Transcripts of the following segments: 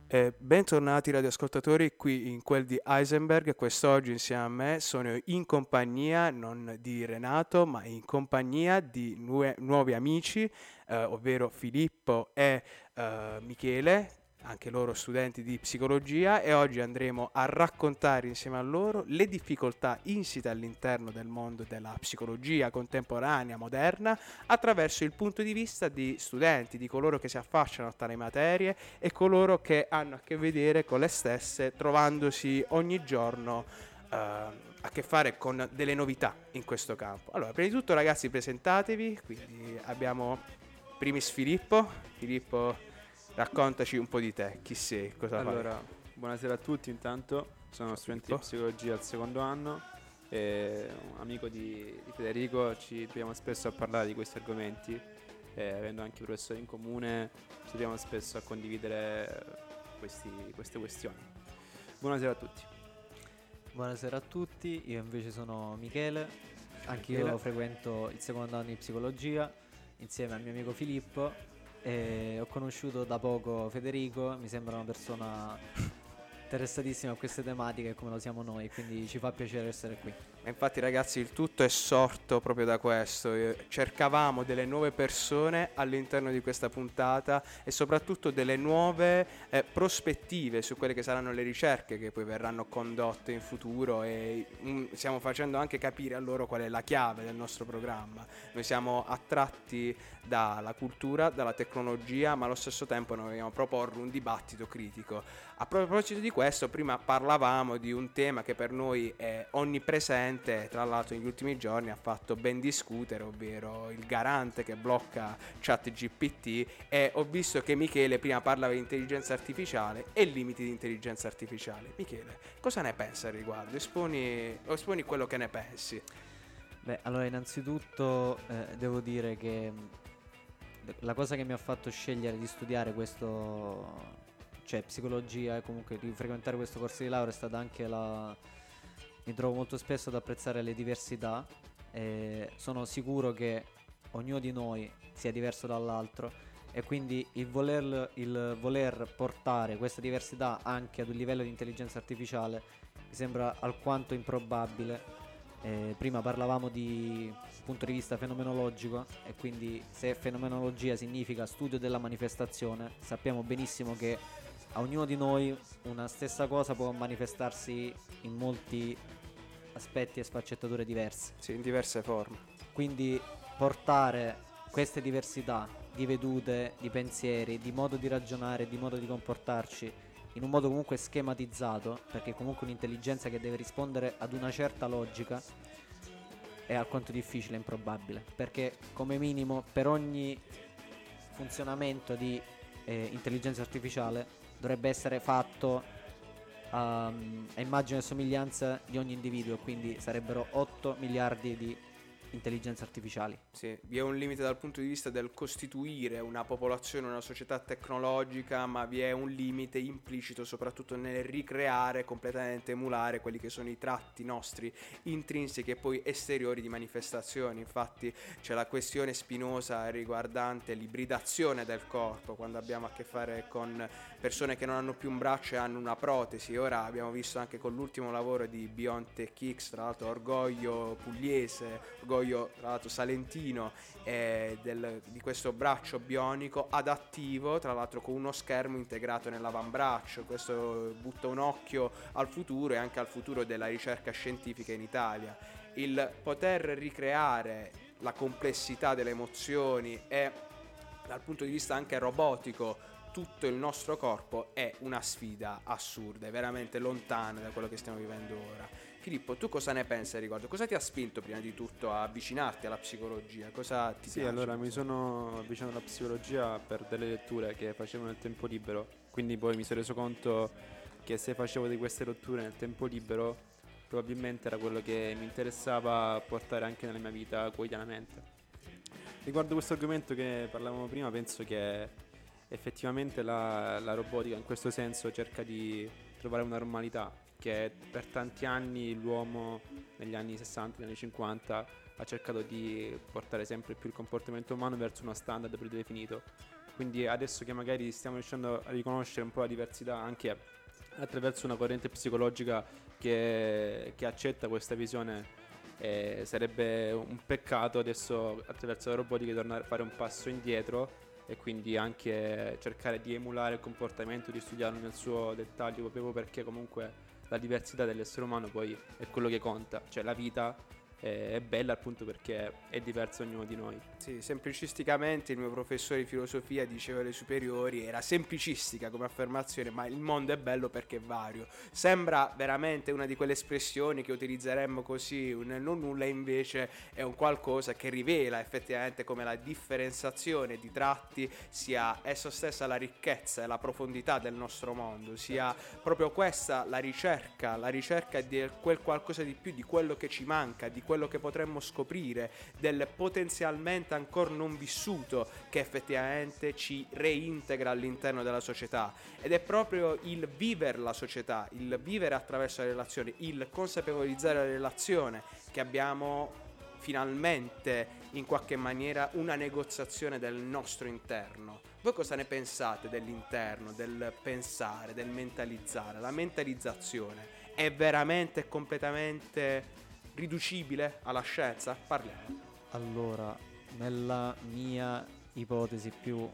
Bentornati radioascoltatori qui in quel di Heisenberg. Quest'oggi insieme a me sono in compagnia non di Renato, ma in compagnia di nuovi amici, ovvero Filippo e Michele, anche loro studenti di psicologia, e oggi andremo a raccontare insieme a loro le difficoltà insite all'interno del mondo della psicologia contemporanea, moderna, attraverso il punto di vista di studenti, di coloro che si affacciano a tali materie e coloro che hanno a che vedere con le stesse, trovandosi ogni giorno a che fare con delle novità in questo campo. Allora, prima di tutto ragazzi presentatevi, quindi abbiamo primis Filippo. Filippo, raccontaci un po' di te, chi sei, cosa fai? Allora, buonasera a tutti intanto, sono studente di Filippo? psicologia al secondo anno e un amico di Federico, ci troviamo spesso a parlare di questi argomenti e avendo anche professori in comune ci troviamo spesso a condividere queste questioni. Buonasera a tutti. Buonasera a tutti, io invece sono Michele, anch'io Michele. frequento il secondo anno di psicologia insieme al mio amico Filippo e ho conosciuto da poco Federico, mi sembra una persona interessatissima a queste tematiche come lo siamo noi, quindi ci fa piacere essere qui. Ma infatti ragazzi il tutto è sorto proprio da questo. Cercavamo delle nuove persone all'interno di questa puntata e soprattutto delle nuove prospettive su quelle che saranno le ricerche che poi verranno condotte in futuro e stiamo facendo anche capire a loro qual è la chiave del nostro programma. Noi siamo attratti dalla cultura, dalla tecnologia, ma allo stesso tempo noi vogliamo proporre un dibattito critico. A proposito di questo, prima parlavamo di un tema che per noi è onnipresente, tra l'altro negli ultimi giorni ha fatto ben discutere, ovvero il garante che blocca ChatGPT, e ho visto che Michele prima parlava di intelligenza artificiale e limiti di intelligenza artificiale. Michele, cosa ne pensa al riguardo? Esponi quello che ne pensi. Beh, allora innanzitutto devo dire che la cosa che mi ha fatto scegliere di studiare questo, cioè psicologia e comunque di frequentare questo corso di laurea è stata anche mi trovo molto spesso ad apprezzare le diversità e sono sicuro che ognuno di noi sia diverso dall'altro e quindi il voler portare questa diversità anche ad un livello di intelligenza artificiale mi sembra alquanto improbabile. Prima parlavamo di punto di vista fenomenologico e quindi se fenomenologia significa studio della manifestazione, sappiamo benissimo che a ognuno di noi una stessa cosa può manifestarsi in molti aspetti e sfaccettature diverse. Sì, in diverse forme. Quindi portare queste diversità di vedute, di pensieri, di modo di ragionare, di modo di comportarci in un modo comunque schematizzato, perché comunque un'intelligenza che deve rispondere ad una certa logica è alquanto difficile e improbabile, perché come minimo per ogni funzionamento di intelligenza artificiale dovrebbe essere fatto a immagine e somiglianza di ogni individuo, quindi sarebbero 8 miliardi di intelligenze artificiali. Sì, vi è un limite dal punto di vista del costituire una popolazione, una società tecnologica, ma vi è un limite implicito soprattutto nel ricreare, completamente emulare quelli che sono i tratti nostri intrinseci e poi esteriori di manifestazioni. Infatti c'è la questione spinosa riguardante l'ibridazione del corpo, quando abbiamo a che fare con persone che non hanno più un braccio e hanno una protesi. Ora abbiamo visto anche con l'ultimo lavoro di BioNTech X, tra l'altro orgoglio pugliese, orgoglio tra l'altro salentino, di questo braccio bionico adattivo, tra l'altro con uno schermo integrato nell'avambraccio. Questo butta un occhio al futuro e anche al futuro della ricerca scientifica in Italia. Il poter ricreare la complessità delle emozioni e dal punto di vista anche robotico tutto il nostro corpo è una sfida assurda, è veramente lontana da quello che stiamo vivendo ora. Filippo, tu cosa ne pensi al riguardo? Cosa ti ha spinto prima di tutto a avvicinarti alla psicologia? Cosa ti Sì, piace? allora mi sono avvicinato alla psicologia per delle letture che facevo nel tempo libero, quindi poi mi sono reso conto che se facevo di queste letture nel tempo libero probabilmente era quello che mi interessava portare anche nella mia vita quotidianamente. Riguardo questo argomento che parlavamo prima, penso che effettivamente la robotica in questo senso cerca di trovare una normalità che per tanti anni l'uomo negli anni 60, negli anni 50 ha cercato di portare sempre più il comportamento umano verso uno standard predefinito Quindi adesso che magari stiamo riuscendo a riconoscere un po' la diversità anche attraverso una corrente psicologica che accetta questa visione, sarebbe un peccato adesso attraverso la robotica tornare a fare un passo indietro e quindi anche cercare di emulare il comportamento, di studiarlo nel suo dettaglio, proprio perché comunque la diversità dell'essere umano poi è quello che conta, cioè la vita è bella appunto perché è diversa ognuno di noi. Sì, semplicisticamente il mio professore di filosofia diceva alle superiori, era semplicistica come affermazione, ma il mondo è bello perché è vario. Sembra veramente una di quelle espressioni che utilizzeremmo così nel non nulla, invece è un qualcosa che rivela effettivamente come la differenziazione di tratti sia essa stessa la ricchezza e la profondità del nostro mondo, sia proprio questa la ricerca di quel qualcosa di più, di quello che ci manca, di quello che potremmo scoprire, del potenzialmente ancora non vissuto che effettivamente ci reintegra all'interno della società. Ed è proprio il vivere la società, il vivere attraverso la relazione, il consapevolizzare la relazione che abbiamo finalmente in qualche maniera una negoziazione del nostro interno. Voi cosa ne pensate dell'interno, del pensare, del mentalizzare? La mentalizzazione è veramente completamente riducibile alla scienza? Parliamo. Allora, nella mia ipotesi più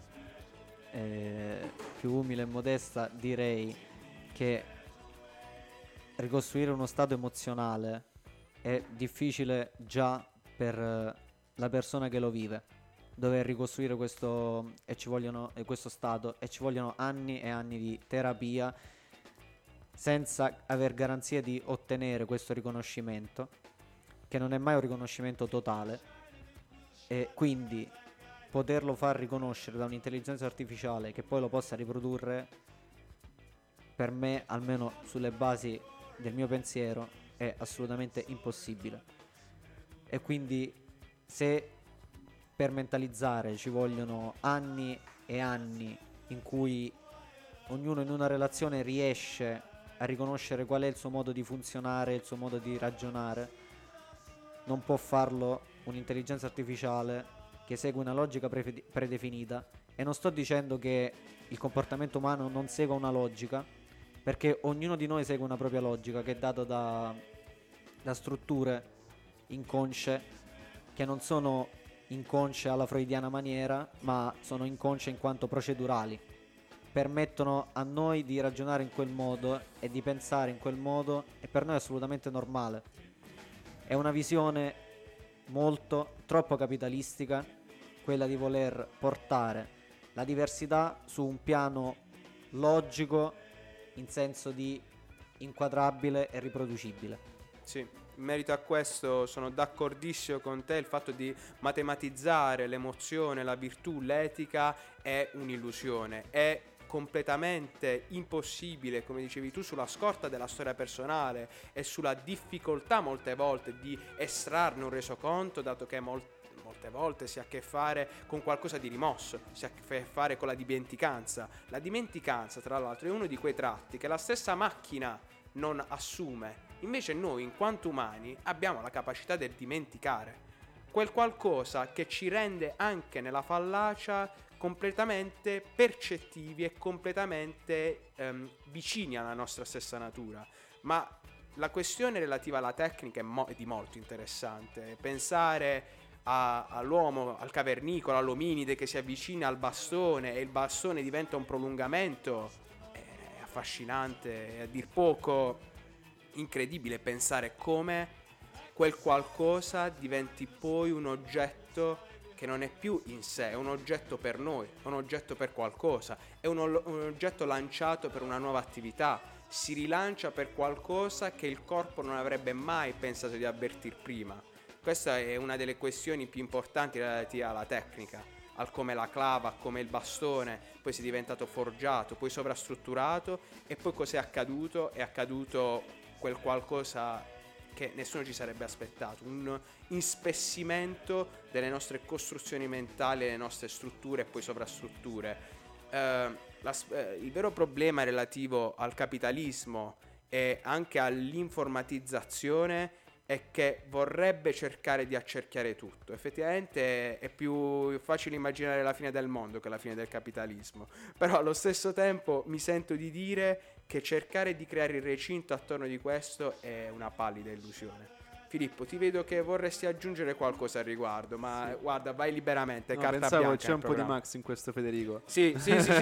umile e modesta, direi che ricostruire uno stato emozionale è difficile già per la persona che lo vive. Dover ricostruire questo stato, e ci vogliono anni e anni di terapia senza aver garanzia di ottenere questo riconoscimento, che non è mai un riconoscimento totale, e quindi poterlo far riconoscere da un'intelligenza artificiale che poi lo possa riprodurre, per me, almeno sulle basi del mio pensiero, è assolutamente impossibile. E quindi se per mentalizzare ci vogliono anni e anni in cui ognuno in una relazione riesce a riconoscere qual è il suo modo di funzionare, il suo modo di ragionare, non può farlo un'intelligenza artificiale che segue una logica predefinita. E non sto dicendo che il comportamento umano non segua una logica, perché ognuno di noi segue una propria logica che è data da strutture inconsce, che non sono inconsce alla freudiana maniera, ma sono inconsce in quanto procedurali. Permettono a noi di ragionare in quel modo e di pensare in quel modo, e per noi è assolutamente normale. È una visione troppo capitalistica, quella di voler portare la diversità su un piano logico in senso di inquadrabile e riproducibile. Sì, in merito a questo sono d'accordissimo con te. Il fatto di matematizzare l'emozione, la virtù, l'etica è un'illusione, è completamente impossibile, come dicevi tu, sulla scorta della storia personale e sulla difficoltà molte volte di estrarne un resoconto, dato che molte volte si ha a che fare con qualcosa di rimosso, si ha a che fare con la dimenticanza. La dimenticanza, tra l'altro, è uno di quei tratti che la stessa macchina non assume. Invece noi, in quanto umani, abbiamo la capacità del dimenticare, quel qualcosa che ci rende anche nella fallacia completamente percettivi e completamente vicini alla nostra stessa natura. Ma la questione relativa alla tecnica è di molto interessante. Pensare all'uomo, al cavernicolo, all'ominide che si avvicina al bastone e il bastone diventa un prolungamento è affascinante, è a dir poco incredibile pensare come quel qualcosa diventi poi un oggetto che non è più in sé, è un oggetto per noi, è un oggetto per qualcosa, è un oggetto lanciato per una nuova attività, si rilancia per qualcosa che il corpo non avrebbe mai pensato di avvertir prima. Questa è una delle questioni più importanti relative alla tecnica, al come la clava, a come il bastone poi sia diventato forgiato, poi sovrastrutturato, e poi cos'è accaduto? È accaduto quel qualcosa che nessuno ci sarebbe aspettato, un inspessimento delle nostre costruzioni mentali, delle nostre strutture e poi sovrastrutture. Il vero problema relativo al capitalismo e anche all'informatizzazione e che vorrebbe cercare di accerchiare tutto. Effettivamente è più facile immaginare la fine del mondo che la fine del capitalismo, però allo stesso tempo mi sento di dire che cercare di creare il recinto attorno di questo è una pallida illusione. Filippo, ti vedo che vorresti aggiungere qualcosa al riguardo, ma Sì. guarda, vai liberamente, No, carta pensavo bianca c'è nel un po' di programma. Max in questo, Federico. Sì,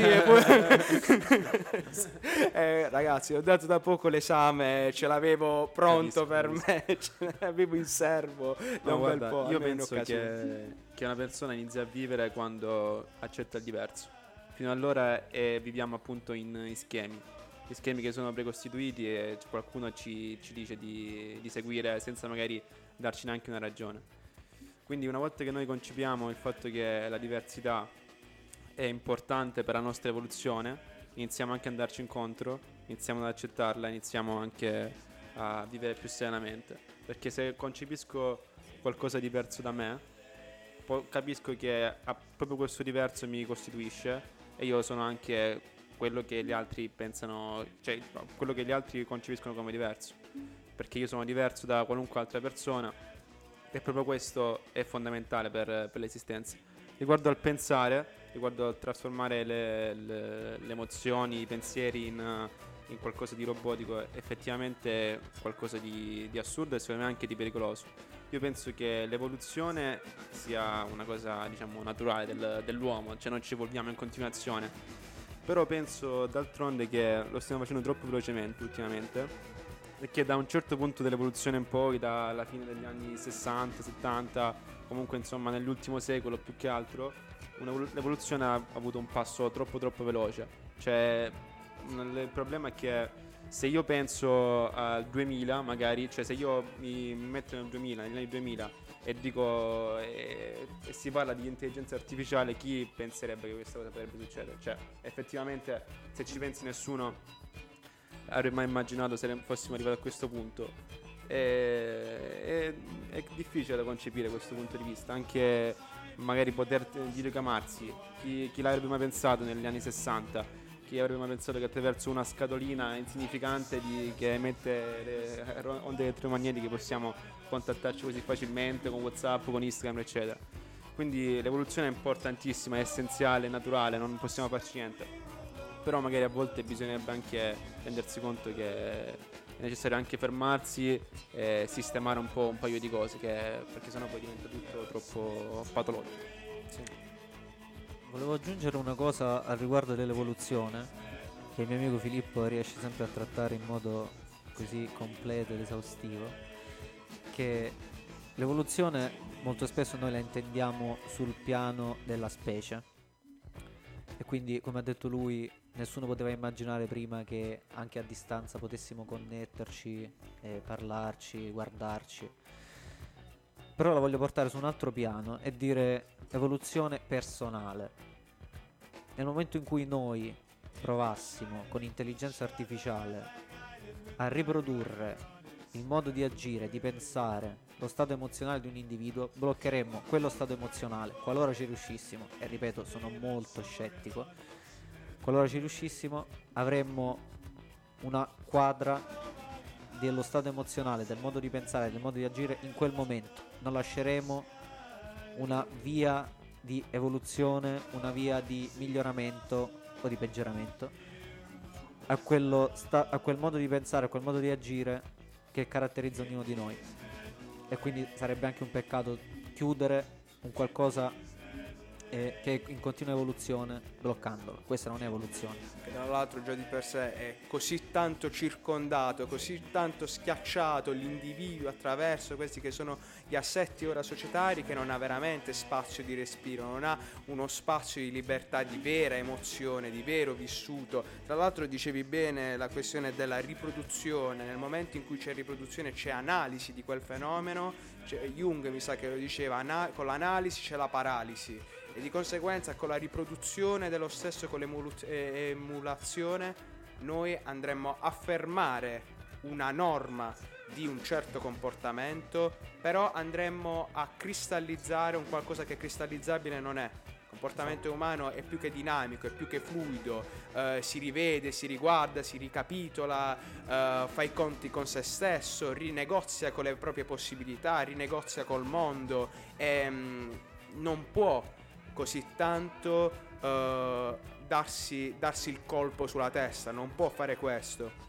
ragazzi, ho dato da poco l'esame, ce l'avevo pronto per me, ce l'avevo in serbo da No, un bel guarda, po'. io almeno in penso occasione. che una persona inizia a vivere quando accetta il diverso. Fino allora viviamo appunto in schemi che sono precostituiti e qualcuno ci dice di seguire senza magari darci neanche una ragione. Quindi una volta che noi concepiamo il fatto che la diversità è importante per la nostra evoluzione, iniziamo anche ad andarci incontro, iniziamo ad accettarla, iniziamo anche a vivere più serenamente. Perché se concepisco qualcosa diverso da me, capisco che proprio questo diverso mi costituisce e io sono anche quello che gli altri pensano, cioè quello che gli altri concepiscono come diverso. Perché io sono diverso da qualunque altra persona e proprio questo è fondamentale per l'esistenza. Riguardo al pensare, riguardo al trasformare le emozioni, i pensieri in qualcosa di robotico, effettivamente è qualcosa di assurdo e secondo me anche di pericoloso. Io penso che l'evoluzione sia una cosa, diciamo, naturale dell'uomo, cioè non ci evolviamo in continuazione. Però penso d'altronde che lo stiamo facendo troppo velocemente ultimamente e che da un certo punto dell'evoluzione in poi, dalla fine degli anni 60, 70, comunque insomma nell'ultimo secolo più che altro, l'evoluzione ha avuto un passo troppo veloce. Cioè il problema è che se io penso al 2000 magari, cioè se io mi metto nel 2000, negli anni 2000 e dico e si parla di intelligenza artificiale, chi penserebbe che questa cosa potrebbe succedere? Cioè effettivamente se ci pensi nessuno avrei mai immaginato se fossimo arrivati a questo punto. È difficile da concepire questo punto di vista, anche magari poter diragamarsi. Chi l'avrebbe mai pensato negli anni 60? Chi avrebbe mai pensato che attraverso una scatolina insignificante che emette le onde elettromagnetiche possiamo contattarci così facilmente con WhatsApp, con Instagram, eccetera. Quindi l'evoluzione è importantissima, è essenziale, è naturale, non possiamo farci niente. Però magari a volte bisognerebbe anche rendersi conto che è necessario anche fermarsi e sistemare un po' un paio di cose, perché sennò poi diventa tutto troppo patologico. Sì. Volevo aggiungere una cosa al riguardo dell'evoluzione, che il mio amico Filippo riesce sempre a trattare in modo così completo ed esaustivo, che l'evoluzione molto spesso noi la intendiamo sul piano della specie. E quindi, come ha detto lui, nessuno poteva immaginare prima che anche a distanza potessimo connetterci, parlarci, guardarci. Però la voglio portare su un altro piano e dire evoluzione personale. Nel momento in cui noi provassimo con intelligenza artificiale a riprodurre il modo di agire, di pensare, lo stato emozionale di un individuo, bloccheremmo quello stato emozionale qualora ci riuscissimo, e ripeto sono molto scettico, qualora ci riuscissimo avremmo una quadra dello stato emozionale, del modo di pensare, del modo di agire in quel momento. Non lasceremo una via di evoluzione, una via di miglioramento o di peggioramento a quel modo di pensare, a quel modo di agire che caratterizza ognuno di noi. E quindi sarebbe anche un peccato chiudere un qualcosa che è in continua evoluzione bloccandolo. Questa non è evoluzione. Che tra l'altro già di per sé è così tanto circondato, così tanto schiacciato l'individuo attraverso questi che sono gli assetti ora societari, che non ha veramente spazio di respiro, non ha uno spazio di libertà, di vera emozione, di vero vissuto. Tra l'altro dicevi bene la questione della riproduzione, nel momento in cui c'è riproduzione c'è analisi di quel fenomeno, Jung mi sa che lo diceva, con l'analisi c'è la paralisi. E di conseguenza con la riproduzione dello stesso, con l'emulazione, noi andremmo a fermare una norma di un certo comportamento, però andremmo a cristallizzare un qualcosa che cristallizzabile non è. comportamento umano è più che dinamico, è più che fluido, si rivede, si riguarda, si ricapitola, fa i conti con se stesso, rinegozia con le proprie possibilità, rinegozia col mondo e non può così tanto darsi il colpo sulla testa, non può fare questo.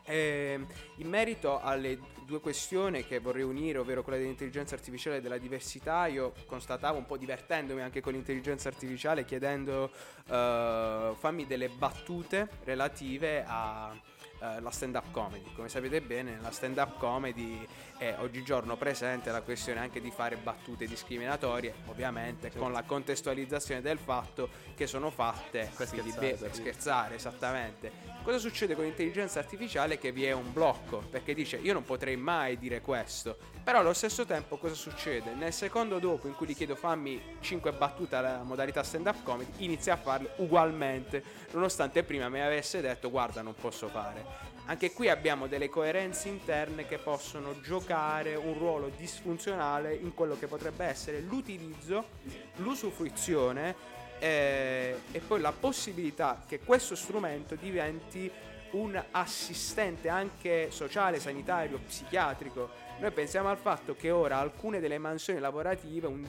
In merito alle due questioni che vorrei unire, ovvero quella dell'intelligenza artificiale e della diversità, io constatavo, un po' divertendomi anche con l'intelligenza artificiale, chiedendo fammi delle battute relative a la stand-up comedy. Come sapete bene, nella stand-up comedy è oggigiorno presente la questione anche di fare battute discriminatorie, ovviamente certo, con la contestualizzazione del fatto che sono fatte per quindi scherzare, per scherzare, esattamente. Cosa succede con l'intelligenza artificiale? Che vi è un blocco, perché dice io non potrei mai dire questo, però allo stesso tempo cosa succede? Nel secondo dopo in cui gli chiedo fammi 5 battute alla modalità stand-up comedy, inizia a farle ugualmente, nonostante prima mi avesse detto guarda non posso fare. Anche qui abbiamo delle coerenze interne che possono giocare un ruolo disfunzionale in quello che potrebbe essere l'utilizzo, l'usufruizione e poi la possibilità che questo strumento diventi un assistente anche sociale, sanitario, psichiatrico. Noi pensiamo al fatto che ora alcune delle mansioni lavorative, un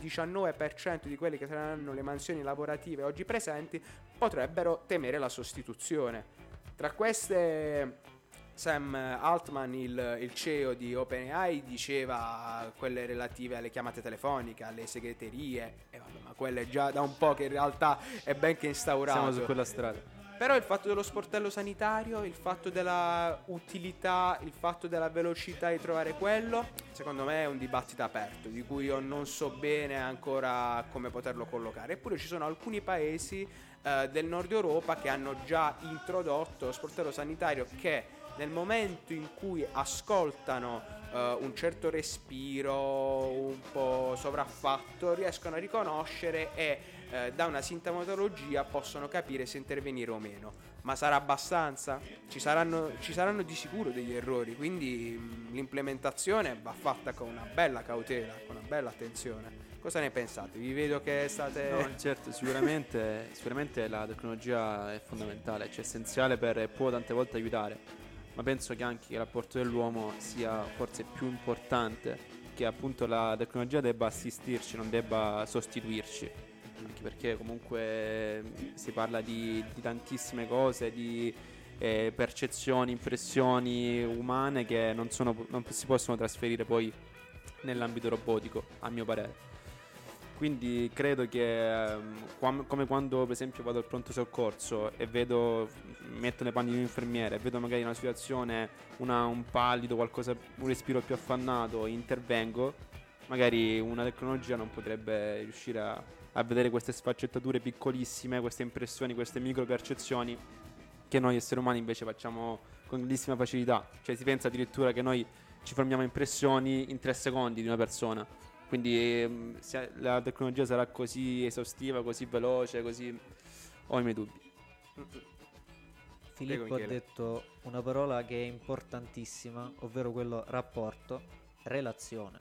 19% di quelle che saranno le mansioni lavorative oggi presenti, potrebbero temere la sostituzione. Tra queste Sam Altman, il CEO di OpenAI, diceva quelle relative alle chiamate telefoniche, alle segreterie, e vabbè, ma quelle già da un po' che in realtà è ben che instaurato. siamo su quella strada. Però il fatto dello sportello sanitario, il fatto della utilità, il fatto della velocità di trovare quello, secondo me è un dibattito aperto, di cui io non so bene ancora come poterlo collocare. Eppure ci sono alcuni paesi del nord Europa che hanno già introdotto lo sportello sanitario, che nel momento in cui ascoltano un certo respiro un po' sovraffatto riescono a riconoscere e da una sintomatologia possono capire se intervenire o meno. Ma sarà abbastanza? Ci saranno di sicuro degli errori, quindi l'implementazione va fatta con una bella cautela, con una bella attenzione. Cosa ne pensate? Vi vedo che state... No, certo, sicuramente la tecnologia è fondamentale, cioè essenziale può tante volte aiutare, ma penso che anche il rapporto dell'uomo sia forse più importante, che appunto la tecnologia debba assistirci, non debba sostituirci, anche perché comunque si parla di tantissime cose, di percezioni, impressioni umane che non si possono trasferire poi nell'ambito robotico, a mio parere. Quindi credo che come quando per esempio vado al pronto soccorso e vedo, metto nei panni di un infermiere e vedo magari una situazione, un pallido, qualcosa, un respiro più affannato, intervengo, magari una tecnologia non potrebbe riuscire a vedere queste sfaccettature piccolissime, queste impressioni, queste micro percezioni che noi esseri umani invece facciamo con grandissima facilità. Cioè si pensa addirittura che noi ci formiamo impressioni in 3 secondi di una persona. Quindi se la tecnologia sarà così esaustiva, così veloce, così... ho i miei dubbi. Filippo ha detto una parola che è importantissima, ovvero quello rapporto, relazione.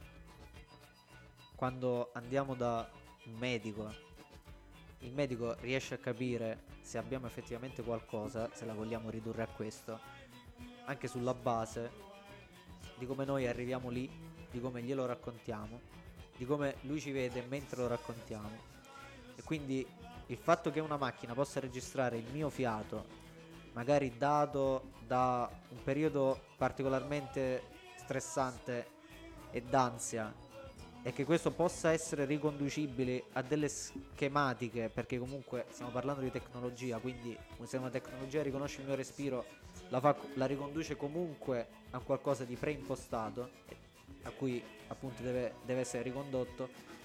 Quando andiamo da un medico, il medico riesce a capire se abbiamo effettivamente qualcosa, se la vogliamo ridurre a questo, anche sulla base di come noi arriviamo lì, di come glielo raccontiamo, di come lui ci vede mentre lo raccontiamo. E quindi il fatto che una macchina possa registrare il mio fiato, magari dato da un periodo particolarmente stressante e d'ansia, e che questo possa essere riconducibile a delle schematiche, perché comunque stiamo parlando di tecnologia, quindi se una tecnologia riconosce il mio respiro la riconduce comunque a qualcosa di preimpostato a cui appunto deve essere ricondotto.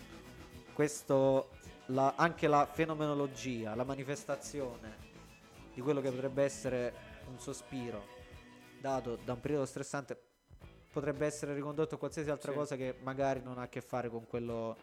Questo anche la fenomenologia, la manifestazione di quello che potrebbe essere un sospiro dato da un periodo stressante potrebbe essere ricondotto a qualsiasi altra cosa che magari non ha a che fare con quello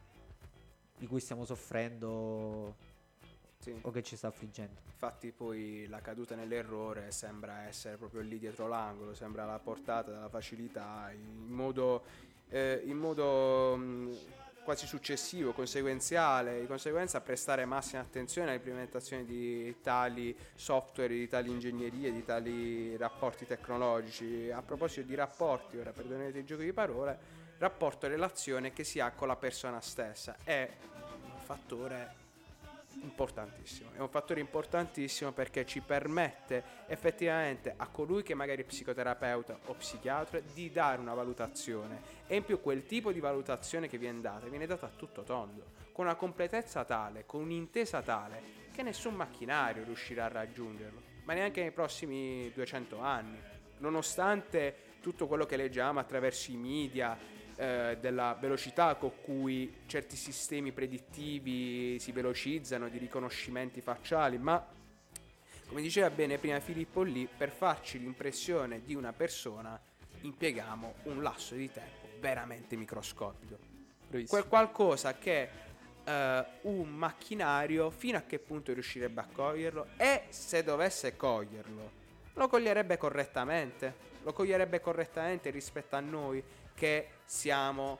di cui stiamo soffrendo o che ci sta affliggendo. Infatti poi la caduta nell'errore sembra essere proprio lì dietro l'angolo, sembra alla portata della facilità, in modo quasi successivo, conseguenziale, di conseguenza prestare massima attenzione all'implementazione di tali software, di tali ingegnerie, di tali rapporti tecnologici. A proposito di rapporti, ora perdonate il gioco di parole, rapporto-relazione che si ha con la persona stessa è un fattore importantissimo. È un fattore importantissimo perché ci permette effettivamente a colui che magari è psicoterapeuta o psichiatra di dare una valutazione, e in più quel tipo di valutazione che viene data a tutto tondo, con una completezza tale, con un'intesa tale che nessun macchinario riuscirà a raggiungerlo, ma neanche nei prossimi 200 anni, nonostante tutto quello che leggiamo attraverso i media, della velocità con cui certi sistemi predittivi si velocizzano, di riconoscimenti facciali, ma come diceva bene prima Filippo lì, per farci l'impressione di una persona impieghiamo un lasso di tempo veramente microscopico. Quel qualcosa che un macchinario fino a che punto riuscirebbe a coglierlo, e se dovesse coglierlo lo coglierebbe correttamente, rispetto a noi che siamo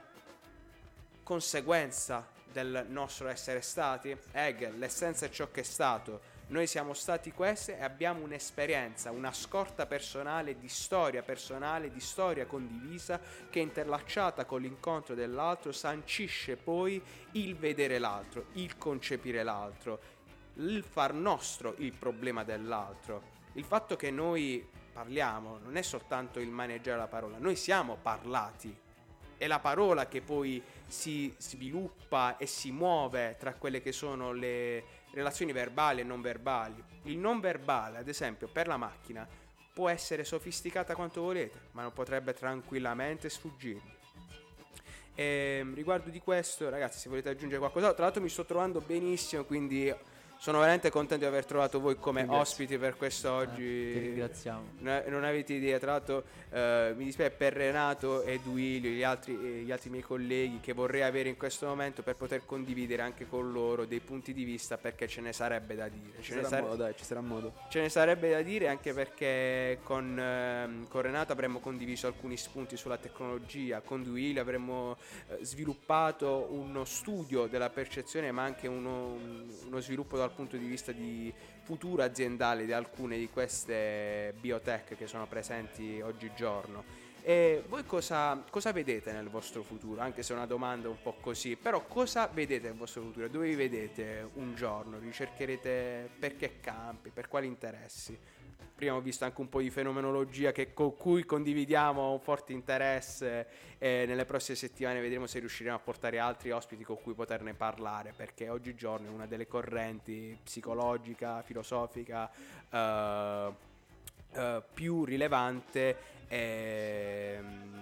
conseguenza del nostro essere stati. Hegel, l'essenza è ciò che è stato. Noi siamo stati questi e abbiamo un'esperienza, una scorta personale, di storia condivisa, che interlacciata con l'incontro dell'altro sancisce poi il vedere l'altro, il concepire l'altro, il far nostro il problema dell'altro. Il fatto che noi parliamo non è soltanto il maneggiare la parola, noi siamo parlati, è la parola che poi si sviluppa e si muove tra quelle che sono le relazioni verbali e non verbali. Il non verbale, ad esempio, per la macchina può essere sofisticata quanto volete, ma non potrebbe tranquillamente sfuggirgli. Riguardo di questo, ragazzi, se volete aggiungere qualcosa, tra l'altro mi sto trovando benissimo, quindi sono veramente contento di aver trovato voi come ospiti per quest'oggi. Ti ringraziamo. Non avete idea, tra l'altro mi dispiace per Renato e Duilio, gli altri miei colleghi che vorrei avere in questo momento per poter condividere anche con loro dei punti di vista, perché ce ne sarebbe da dire. Ci sarà modo. Ce ne sarebbe da dire, anche perché con Renato avremmo condiviso alcuni spunti sulla tecnologia, con Duilio avremmo sviluppato uno studio della percezione, ma anche uno sviluppo dal punto di vista di futuro aziendale di alcune di queste biotech che sono presenti oggigiorno. E voi cosa vedete nel vostro futuro? Anche se è una domanda un po' così, però cosa vedete nel vostro futuro? Dove vi vedete un giorno? Ricercherete per che campi? Per quali interessi? Prima ho visto anche un po' di fenomenologia con cui condividiamo un forte interesse, e nelle prossime settimane vedremo se riusciremo a portare altri ospiti con cui poterne parlare, perché oggigiorno è una delle correnti psicologica, filosofica più rilevante e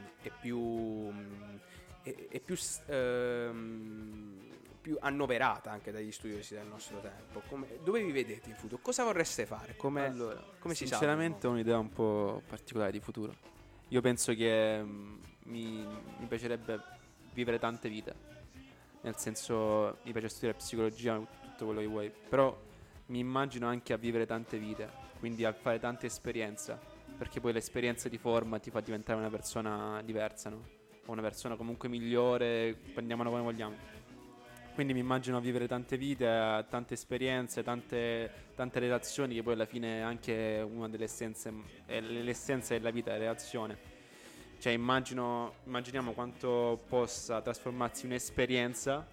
più annoverata anche dagli studiosi del nostro tempo. Dove vi vedete in futuro? Cosa vorreste fare? Come si sa? Sinceramente ho un'idea un po' particolare di futuro. Io penso che mi piacerebbe vivere tante vite. Nel senso, mi piace studiare psicologia, tutto quello che vuoi, però mi immagino anche a vivere tante vite, quindi a fare tante esperienze, perché poi l'esperienza ti forma, ti fa diventare una persona diversa, no? O una persona comunque migliore, prendiamola come vogliamo. Quindi mi immagino a vivere tante vite, tante esperienze, tante relazioni, che poi alla fine è anche una delle essenze, l'essenza della vita è la relazione. Cioè immaginiamo quanto possa trasformarsi un'esperienza,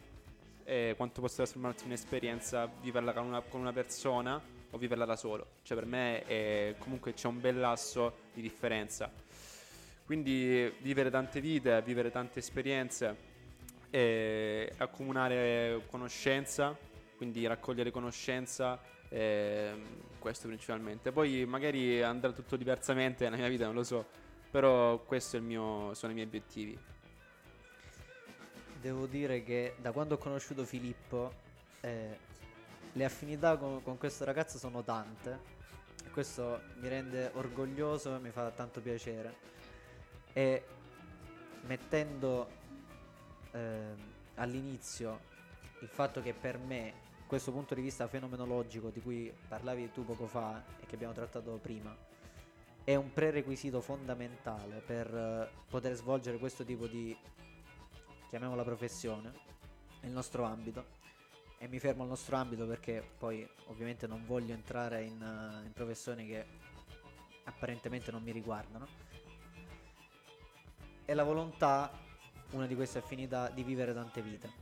viverla con una persona o viverla da solo. Cioè per me comunque c'è un bel lasso di differenza. Quindi vivere tante vite, vivere tante esperienze, e accomunare conoscenza, quindi raccogliere conoscenza, questo principalmente. Poi magari andrà tutto diversamente nella mia vita, non lo so, però questo è sono i miei obiettivi. Devo dire che da quando ho conosciuto Filippo le affinità con questo ragazzo sono tante, e questo mi rende orgoglioso e mi fa tanto piacere, e mettendo all'inizio il fatto che per me questo punto di vista fenomenologico di cui parlavi tu poco fa e che abbiamo trattato prima è un prerequisito fondamentale per poter svolgere questo tipo di, chiamiamola, professione, il nostro ambito. E mi fermo al nostro ambito perché poi ovviamente non voglio entrare in professioni che apparentemente non mi riguardano. E la volontà, una di queste affinità, di vivere tante vite.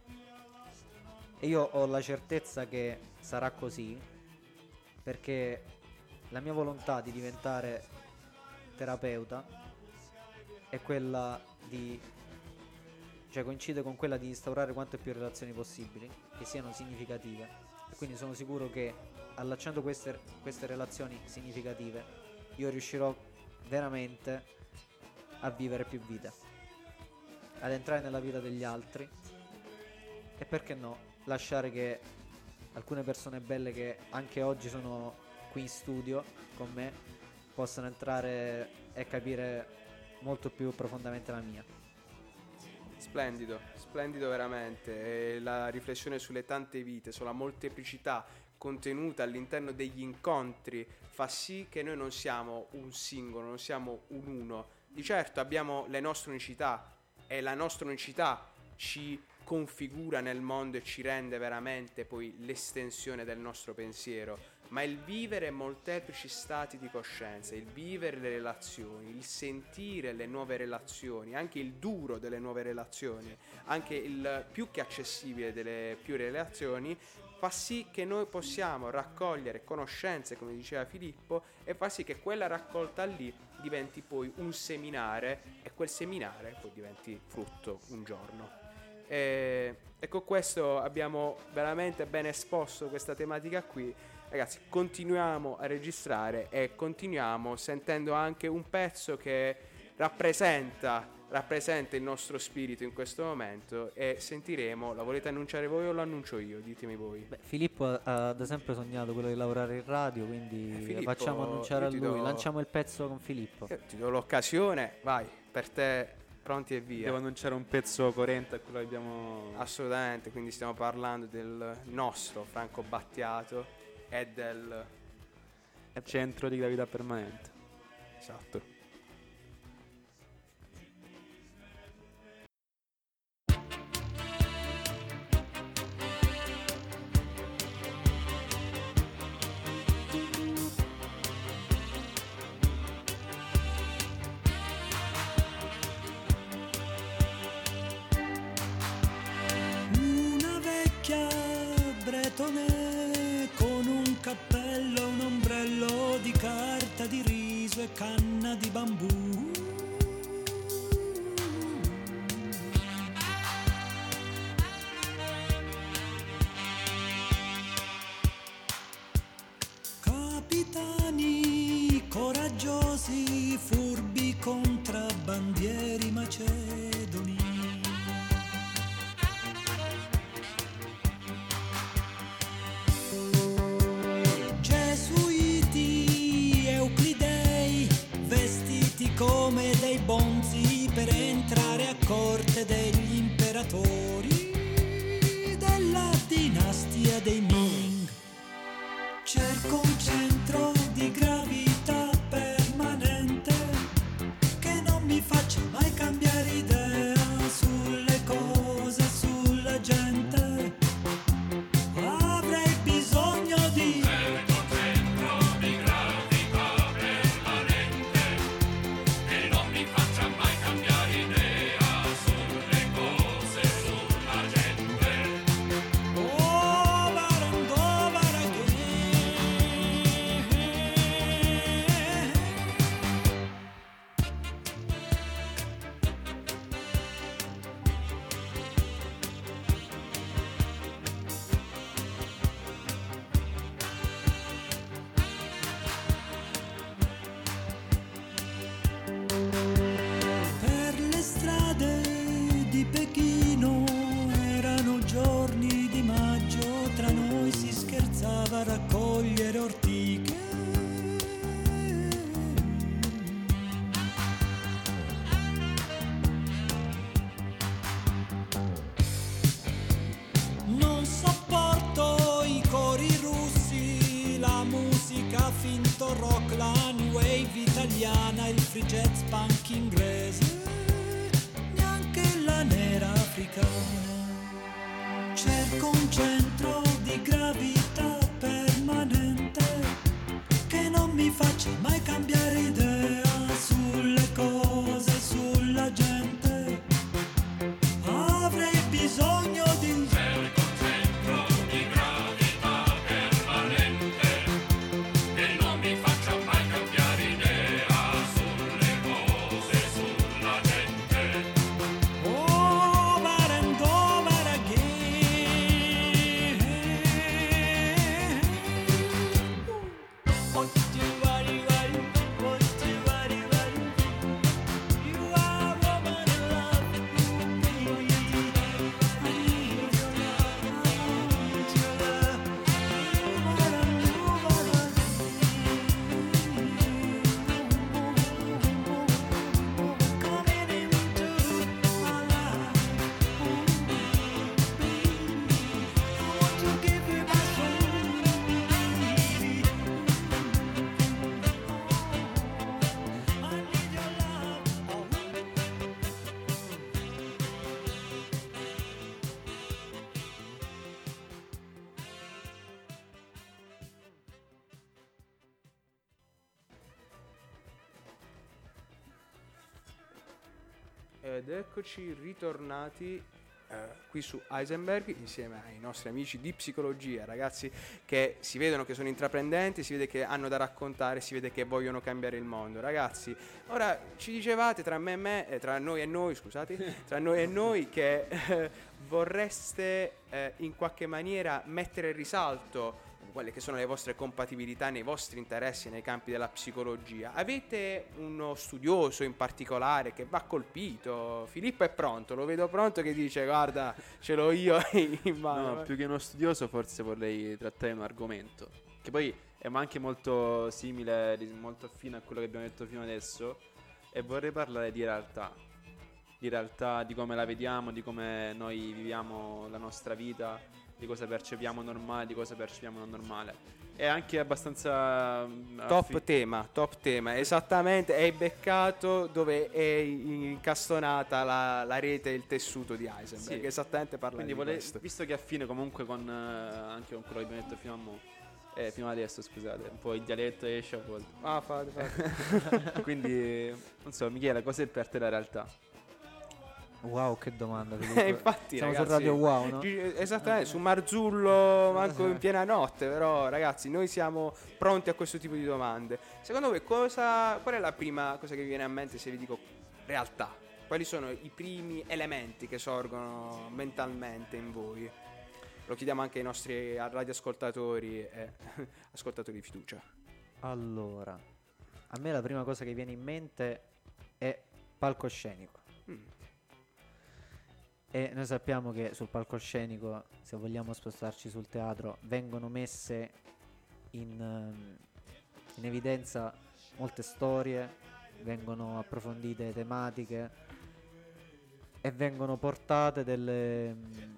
E io ho la certezza che sarà così, perché la mia volontà di diventare terapeuta è quella coincide con quella di instaurare quante più relazioni possibili, che siano significative. E quindi sono sicuro che allacciando queste relazioni significative io riuscirò veramente a vivere più vite, ad entrare nella vita degli altri e, perché no, lasciare che alcune persone belle che anche oggi sono qui in studio con me possano entrare e capire molto più profondamente la mia. Splendido, splendido veramente. E la riflessione sulle tante vite, sulla molteplicità contenuta all'interno degli incontri fa sì che noi non siamo un singolo, non siamo un uno. Di certo abbiamo le nostre unicità e la nostra unicità ci configura nel mondo e ci rende veramente poi l'estensione del nostro pensiero, ma il vivere molteplici stati di coscienza, il vivere le relazioni, il sentire le nuove relazioni, anche il duro delle nuove relazioni, anche il più che accessibile delle più relazioni, fa sì che noi possiamo raccogliere conoscenze, come diceva Filippo, e fa sì che quella raccolta lì diventi poi un seminare e quel seminare poi diventi frutto un giorno. E con questo abbiamo veramente ben esposto questa tematica qui. Ragazzi, continuiamo a registrare e continuiamo sentendo anche un pezzo che rappresenta il nostro spirito in questo momento, e sentiremo. La volete annunciare voi o lo annuncio io? Ditemi voi. Beh, Filippo ha da sempre sognato quello di lavorare in radio, quindi Filippo, facciamo annunciare a lui. Lanciamo il pezzo con Filippo. Io ti do l'occasione, vai, per te, pronti e via. Devo annunciare un pezzo coerente a quello che abbiamo... Assolutamente, quindi stiamo parlando del nostro Franco Battiato e del centro di gravità permanente. esatto. Una vecchia bretone con un cappello, un ombrello di carta di riso e canna di bambù. Capitani coraggiosi, furbi contrabbandieri macedoni. Gesuiti euclidei, vestiti come dei bonzi per entrare a corte degli imperatori della dinastia dei Ming. Cerco un centro di gravità permanente che non mi faccia mai cambiare idea sulle cose, sulla gente. Avrei bisogno di oh, barangò, baranghe. Per le strade di Pechino erano giorni di maggio, tra noi si scherzava a raccogliere ortiche. Non sopporto i cori russi, la musica finto rock, la new wave italiana, il free jazz punk inglese, neanche la nera africana. ed eccoci ritornati qui su Heisenberg insieme ai nostri amici di psicologia, ragazzi che si vedono che sono intraprendenti, si vede che hanno da raccontare, si vede che vogliono cambiare il mondo. Ragazzi, ora ci dicevate tra noi e noi, scusate, tra noi e noi che vorreste in qualche maniera mettere in risalto quelle che sono le vostre compatibilità nei vostri interessi nei campi della psicologia. Avete uno studioso in particolare che va colpito? Filippo è pronto, lo vedo pronto che dice guarda ce l'ho io in mano. No, più che uno studioso forse vorrei trattare un argomento che poi è ma anche molto simile, molto affine a quello che abbiamo detto fino adesso, e vorrei parlare di realtà, di come la vediamo, di come noi viviamo la nostra vita, di cosa percepiamo normale, di cosa percepiamo non normale. È anche abbastanza top tema, esattamente, hai beccato dove è incastonata la rete, il tessuto di Heisenberg, sì. Esattamente parla quindi di questo. visto che è affine comunque con anche con quello che abbiamo detto fino adesso, scusate, un po' il dialetto esce a volte. Fate. Quindi non so, Michele, cos'è per te la realtà? Wow, che domanda. Infatti, siamo ragazzi, su Radio Wow, no? Esattamente, su Marzullo, manco in piena notte, però ragazzi, noi siamo pronti a questo tipo di domande. Secondo voi qual è la prima cosa che vi viene a mente se vi dico realtà? Quali sono i primi elementi che sorgono mentalmente in voi? Lo chiediamo anche ai nostri radioascoltatori e ascoltatori di fiducia. Allora, a me la prima cosa che viene in mente è palcoscenico. E noi sappiamo che sul palcoscenico, se vogliamo spostarci sul teatro, vengono messe in evidenza molte storie, vengono approfondite tematiche e vengono portate delle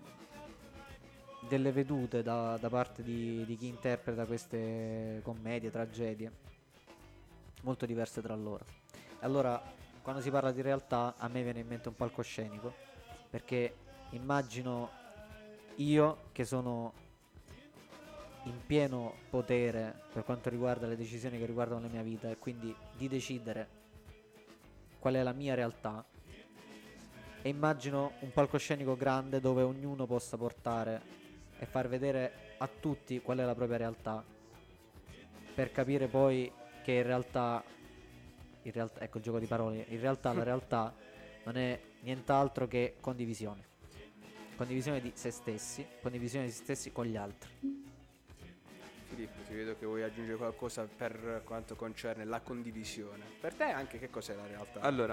vedute da parte di chi interpreta queste commedie, tragedie, molto diverse tra loro. Allora, quando si parla di realtà, a me viene in mente un palcoscenico, perché immagino io che sono in pieno potere per quanto riguarda le decisioni che riguardano la mia vita e quindi di decidere qual è la mia realtà, e immagino un palcoscenico grande dove ognuno possa portare e far vedere a tutti qual è la propria realtà, per capire poi che in realtà ecco il gioco di parole, in realtà la realtà non è nient'altro che condivisione di se stessi, condivisione di se stessi con gli altri. Filippo, ti vedo che vuoi aggiungere qualcosa per quanto concerne la condivisione. Per te anche che cos'è la realtà? Allora,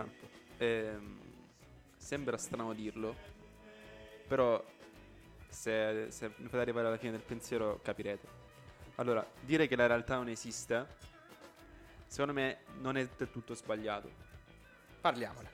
sembra strano dirlo, però se mi fate arrivare alla fine del pensiero capirete. Allora, dire che la realtà non esiste, secondo me non è del tutto sbagliato. Parliamone.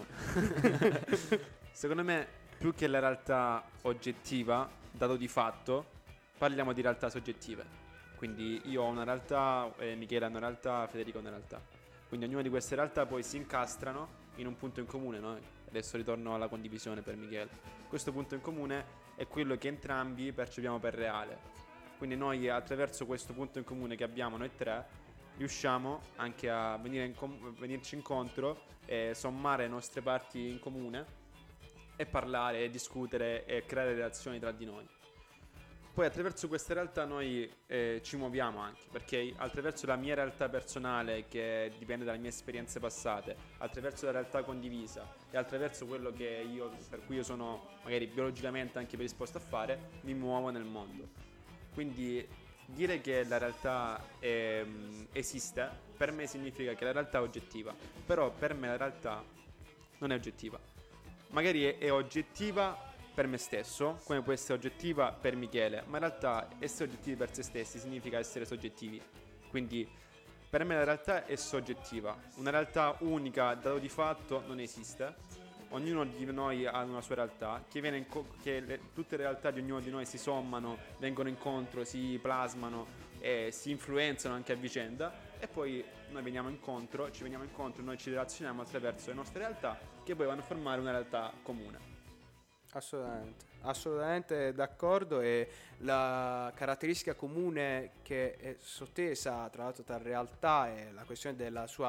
Secondo me, più che la realtà oggettiva, dato di fatto, parliamo di realtà soggettive. Quindi io ho una realtà, Michele ha una realtà, Federico ha una realtà. Quindi ognuna di queste realtà poi si incastrano in un punto in comune, no? Adesso ritorno alla condivisione per Michele. Questo punto in comune è quello che entrambi percepiamo per reale. Quindi noi attraverso questo punto in comune che abbiamo noi tre riusciamo anche a venirci incontro e sommare le nostre parti in comune e parlare, e discutere e creare relazioni tra di noi. Poi attraverso queste realtà noi ci muoviamo anche, perché attraverso la mia realtà personale, che dipende dalle mie esperienze passate, attraverso la realtà condivisa e attraverso quello per cui io sono magari biologicamente anche predisposto a fare, mi muovo nel mondo. Quindi dire che la realtà esiste per me significa che la realtà è oggettiva, però per me la realtà non è oggettiva. Magari è oggettiva per me stesso, come può essere oggettiva per Michele, ma in realtà essere oggettivi per se stessi significa essere soggettivi. Quindi per me la realtà è soggettiva, una realtà unica, dato di fatto, non esiste. Ognuno di noi ha una sua realtà, tutte le realtà di ognuno di noi si sommano, vengono incontro, si plasmano e si influenzano anche a vicenda, e poi noi ci veniamo incontro, noi ci relazioniamo attraverso le nostre realtà, che poi vanno a formare una realtà comune. Assolutamente d'accordo, e la caratteristica comune che è sottesa tra l'altro tra realtà e la questione della sua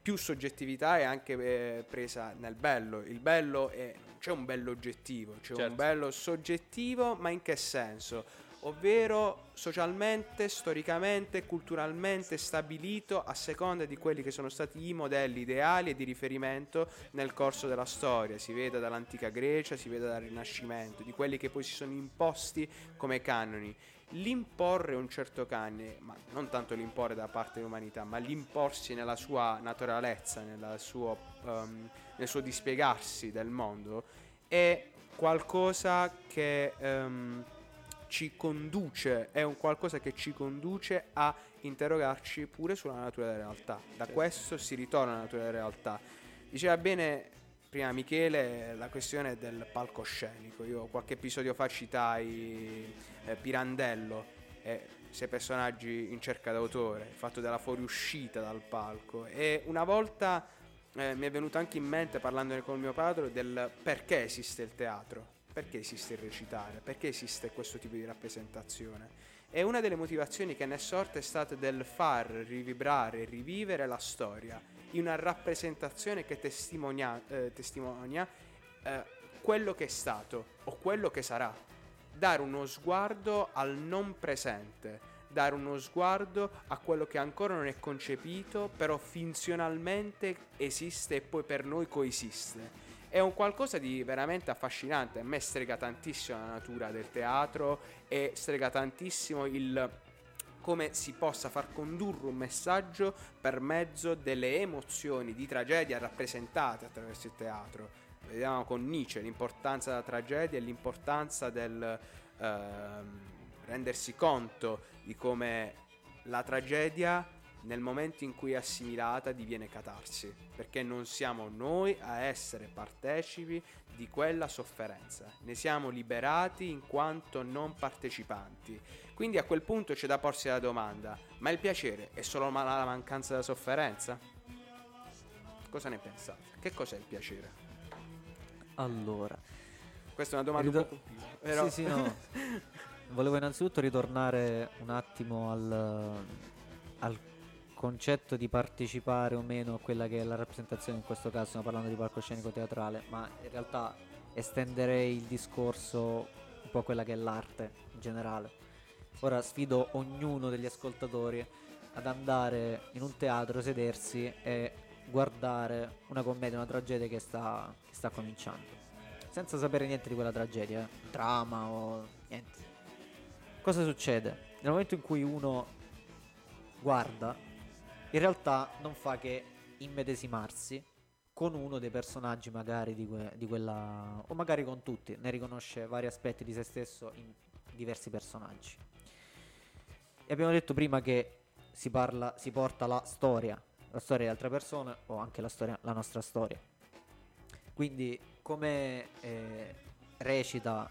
più soggettività è anche presa nel bello. Il bello c'è un bello oggettivo, c'è Certo. un bello soggettivo, ma in che senso? Ovvero socialmente, storicamente, culturalmente stabilito a seconda di quelli che sono stati i modelli ideali e di riferimento nel corso della storia. Si veda dall'antica Grecia, si veda dal Rinascimento, di quelli che poi si sono imposti come canoni. L'imporre un certo canone, ma non tanto l'imporre da parte dell'umanità, ma l'imporsi nella sua naturalezza, nel suo dispiegarsi del mondo, è qualcosa che ci conduce, è un qualcosa che ci conduce a interrogarci pure sulla natura della realtà. Da questo si ritorna alla natura della realtà. Diceva bene prima Michele la questione del palcoscenico. Io qualche episodio fa citai Pirandello e 6 personaggi in cerca d'autore, il fatto della fuoriuscita dal palco. E una volta mi è venuto anche in mente, parlandone con mio padre, del perché esiste il teatro. Perché esiste il recitare? Perché esiste questo tipo di rappresentazione? E una delle motivazioni che ne è sorta è stata del far rivibrare e rivivere la storia in una rappresentazione che testimonia quello che è stato o quello che sarà. Dare uno sguardo al non presente, dare uno sguardo a quello che ancora non è concepito, però funzionalmente esiste e poi per noi coesiste. È un qualcosa di veramente affascinante. A me strega tantissimo la natura del teatro e strega tantissimo il come si possa far condurre un messaggio per mezzo delle emozioni di tragedia rappresentate attraverso il teatro. Vediamo con Nietzsche l'importanza della tragedia e l'importanza del rendersi conto di come la tragedia nel momento in cui è assimilata diviene catarsi, perché non siamo noi a essere partecipi di quella sofferenza, ne siamo liberati in quanto non partecipanti. Quindi a quel punto c'è da porsi la domanda: ma il piacere è solo la mancanza della sofferenza? Cosa ne pensate? Che cos'è il piacere? Allora, Questa è una domanda un po' complessa, però... sì, no. Volevo innanzitutto ritornare un attimo al concetto di partecipare o meno a quella che è la rappresentazione. In questo caso stiamo parlando di palcoscenico teatrale, ma in realtà estenderei il discorso un po' a quella che è l'arte in generale. Ora sfido ognuno degli ascoltatori ad andare in un teatro, sedersi e guardare una commedia, una tragedia che sta cominciando, senza sapere niente di quella tragedia, trama o niente. Cosa succede? Nel momento in cui uno guarda, in realtà non fa che immedesimarsi con uno dei personaggi magari di quella, o magari con tutti, ne riconosce vari aspetti di se stesso in diversi personaggi. E abbiamo detto prima che si porta la storia di altre persone o anche la nostra storia. Quindi come recita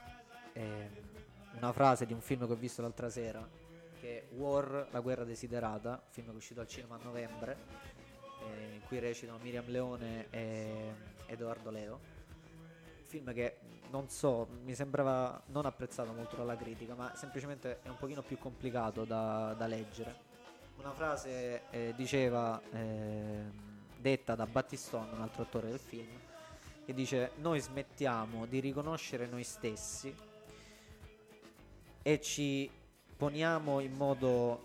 una frase di un film che ho visto l'altra sera, che è War, la guerra desiderata, film che è uscito al cinema a novembre, in cui recitano Miriam Leone e Edoardo Leo. Film che non so, mi sembrava non apprezzato molto dalla critica, ma semplicemente è un pochino più complicato da leggere. Una frase diceva, detta da Battistone, un altro attore del film, che dice: noi smettiamo di riconoscere noi stessi e ci poniamo in modo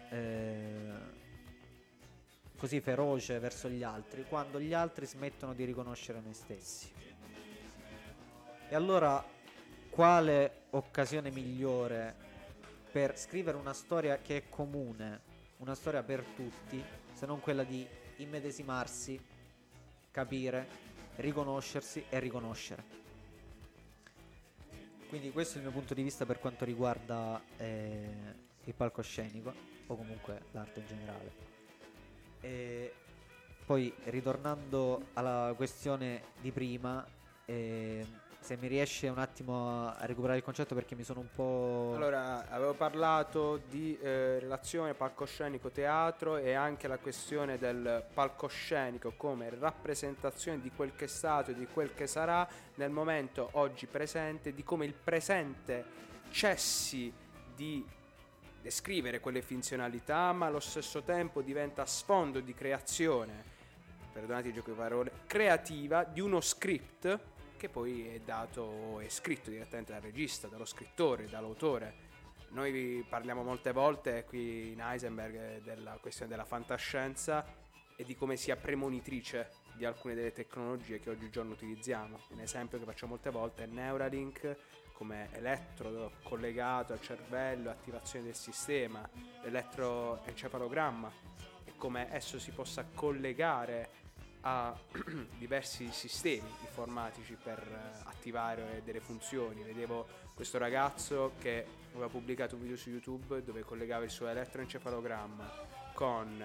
così feroce verso gli altri quando gli altri smettono di riconoscere noi stessi. E allora quale occasione migliore per scrivere una storia che è comune, una storia per tutti, se non quella di immedesimarsi, capire, riconoscersi e riconoscere. Quindi questo è il mio punto di vista per quanto riguarda il palcoscenico o comunque l'arte in generale. E poi ritornando alla questione di prima, se mi riesce un attimo a recuperare il concetto, perché mi sono un po'... Allora, avevo parlato di relazione palcoscenico-teatro e anche la questione del palcoscenico come rappresentazione di quel che è stato e di quel che sarà nel momento oggi presente, di come il presente cessi di descrivere quelle funzionalità, ma allo stesso tempo diventa sfondo di creazione perdonate il gioco di parole, creativa di uno script che poi è scritto direttamente dal regista, dallo scrittore, dall'autore. Noi parliamo molte volte qui in Heisenberg della questione della fantascienza e di come sia premonitrice di alcune delle tecnologie che oggigiorno utilizziamo. Un esempio che faccio molte volte è Neuralink, come elettrodo collegato al cervello, attivazione del sistema, l'elettroencefalogramma e come esso si possa collegare a diversi sistemi informatici per attivare delle funzioni. Vedevo questo ragazzo che aveva pubblicato un video su YouTube dove collegava il suo elettroencefalogramma con